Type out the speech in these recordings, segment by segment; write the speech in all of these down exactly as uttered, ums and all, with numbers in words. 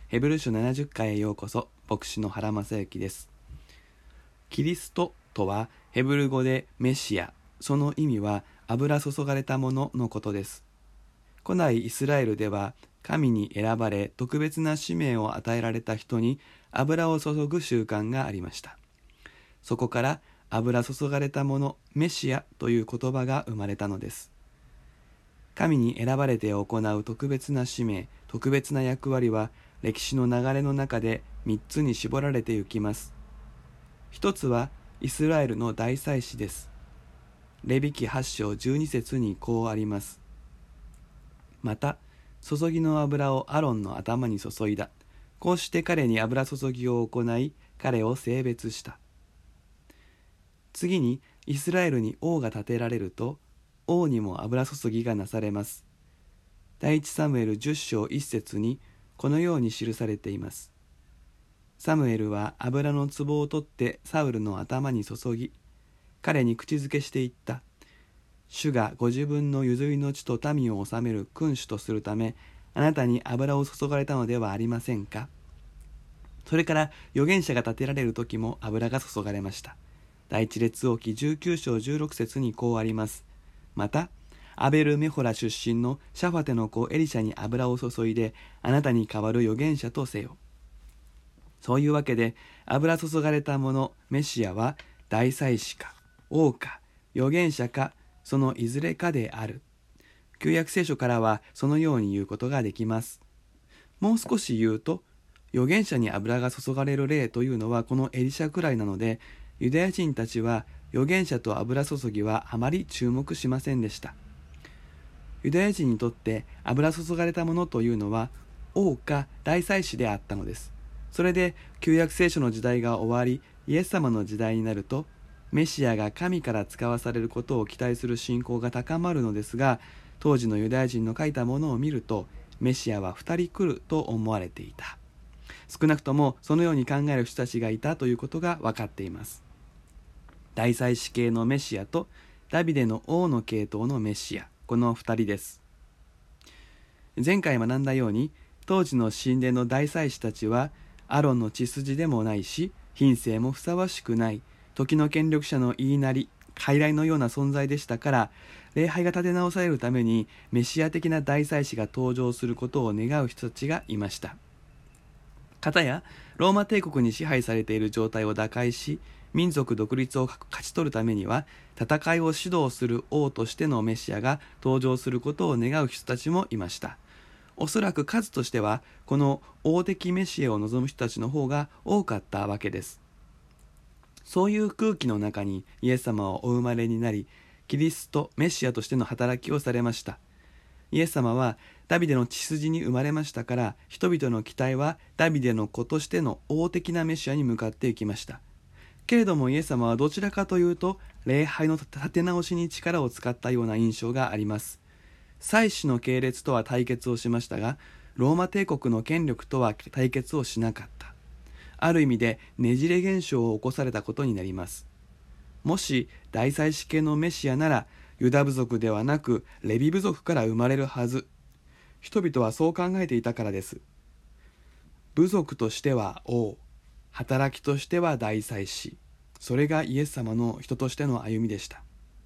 ヘブル書ななじゅっかいへようこそ。牧師の原正幸です。キリストとはヘブル語でメシア、その意味は油注がれたもののことです。古代イスラエルでは神に選ばれ特別な使命を与えられた人に油を注ぐ習慣がありました。そこから油注がれたもの、メシアという言葉が生まれたのです。神に選ばれて行う特別な使命、特別な役割は歴史の流れの中でみっつに絞られてゆきます。一つはイスラエルの大祭司です。レビ記はち章じゅうに節にこうあります。また、注ぎの油をアロンの頭に注いだ。こうして彼に油注ぎを行い、彼を聖別した。次に、イスラエルに王が立てられると、王にも油注ぎがなされます。第一サムエルじゅっ章いち節に、このように記されています。サムエルは油の壺を取ってサウルの頭に注ぎ、彼に口づけしていった。主がご自分の譲りの地と民を治める君主とするため、あなたに油を注がれたのではありませんか。それから預言者が立てられる時も油が注がれました。第一列王記じゅうきゅう章じゅうろく節にこうあります。また、アベルメホラ出身のシャファテの子エリシャに油を注いで、あなたに代わる預言者とせよ。そういうわけで、油注がれたもの、メシアは大祭司か、王か、預言者か、そのいずれかである。旧約聖書からはそのように言うことができます。もう少し言うと、預言者に油が注がれる例というのはこのエリシャくらいなので、ユダヤ人たちは預言者と油注ぎはあまり注目しませんでした。ユダヤ人にとって油注がれたものというのは王か大祭司であったのです。それで旧約聖書の時代が終わり、イエス様の時代になると、メシアが神から使わされることを期待する信仰が高まるのですが、当時のユダヤ人の書いたものを見ると、メシアは二人来ると思われていた。少なくともそのように考える人たちがいたということが分かっています。大祭司系のメシアとダビデの王の系統のメシア、この二人です。前回学んだように、当時の神殿の大祭司たちはアロンの血筋でもないし、品性もふさわしくない、時の権力者の言いなり、傀儡のような存在でしたから、礼拝が立て直されるためにメシア的な大祭司が登場することを願う人たちがいました。かたやローマ帝国に支配されている状態を打開し、民族独立を勝ち取るためには、戦いを指導する王としてのメシアが登場することを願う人たちもいました。おそらく数としては、この王的メシアを望む人たちの方が多かったわけです。そういう空気の中にイエス様はお生まれになり、キリスト、メシアとしての働きをされました。イエス様はダビデの血筋に生まれましたから、人々の期待はダビデの子としての王的なメシアに向かっていきました。けれどもイエス様はどちらかというと、礼拝の立て直しに力を使ったような印象があります。祭司の系列とは対決をしましたが、ローマ帝国の権力とは対決をしなかった。ある意味でねじれ現象を起こされたことになります。もし大祭司系のメシアなら、ユダ部族ではなくレビ部族から生まれるはず。人々はそう考えていたからです。部族としては王、働きとしては大祭司。それがイエス様の人としての歩みでした。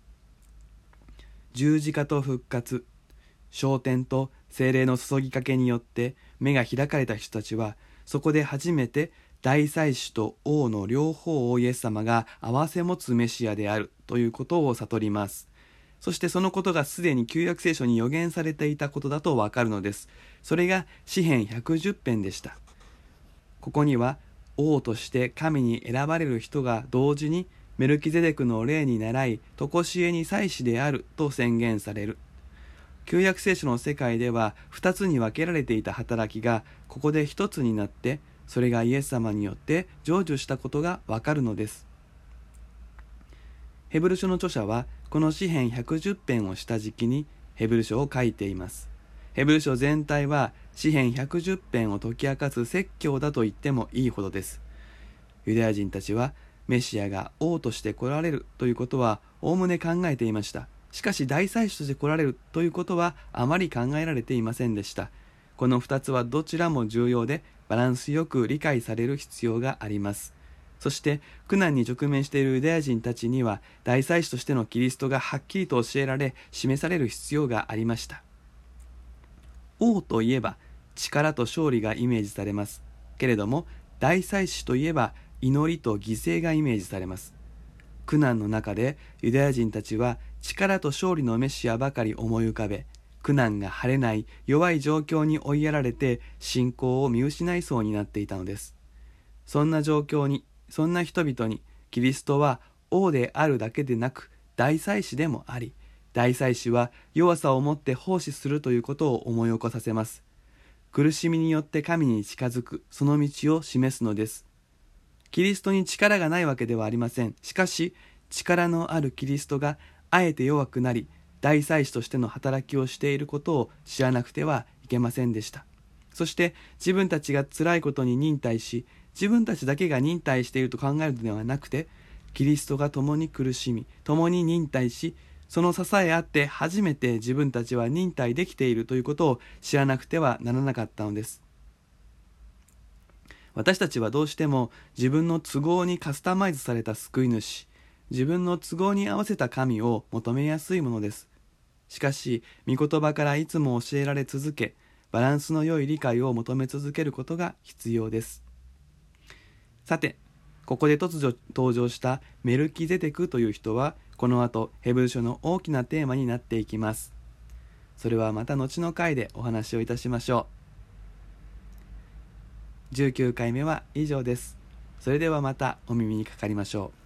十字架と復活、昇天と聖霊の注ぎかけによって目が開かれた人たちは、そこで初めて大祭司と王の両方をイエス様が併せ持つメシアであるということを悟ります。そしてそのことがすでに旧約聖書に予言されていたことだとわかるのです。それが詩編ひゃくじゅっ編でした。ここには王として神に選ばれる人が同時にメルキゼデクの例に倣い、常しえに祭司であると宣言される。旧約聖書の世界では二つに分けられていた働きがここで一つになって、それがイエス様によって成就したことがわかるのです。ヘブル書の著者はこの詩編ひゃくじゅっ編を下敷きにヘブル書を書いています。ヘブル書全体は詩編ひゃくじゅっ編を解き明かす説教だと言ってもいいほどです。ユダヤ人たちはメシアが王として来られるということはおおむね考えていました。しかし大祭司として来られるということはあまり考えられていませんでした。この二つはどちらも重要で、 バランスよく理解される必要があります。そして苦難に直面しているユダヤ人たちには大祭司としてのキリストがはっきりと教えられ示される必要がありました。王といえば力と勝利がイメージされますけれども、大祭司といえば祈りと犠牲がイメージされます。苦難の中でユダヤ人たちは力と勝利のメシアばかり思い浮かべ、苦難が晴れない弱い状況に追いやられて信仰を見失いそうになっていたのです。そんな状況に、そんな人々にキリストは王であるだけでなく大祭司でもあり、大祭司は弱さをもって奉仕するということを思い起こさせます。苦しみによって神に近づくその道を示すのです。キリストに力がないわけではありません。しかし力のあるキリストがあえて弱くなり大祭司としての働きをしていることを知らなくてはいけませんでした。そして自分たちが辛いことに忍耐し、自分たちだけが忍耐していると考えるのではなくて、キリストが共に苦しみ共に忍耐し、その支えあって初めて自分たちは忍耐できているということを知らなくてはならなかったのです。私たちはどうしても自分の都合にカスタマイズされた救い主、自分の都合に合わせた神を求めやすいものです。しかし御言葉からいつも教えられ続け、バランスの良い理解を求め続けることが必要です。さて、ここで突如登場したメルキゼデクという人は、この後ヘブル書の大きなテーマになっていきます。それはまた後の回でお話をいたしましょう。じゅうきゅうかいめは以上です。それではまたお耳にかかりましょう。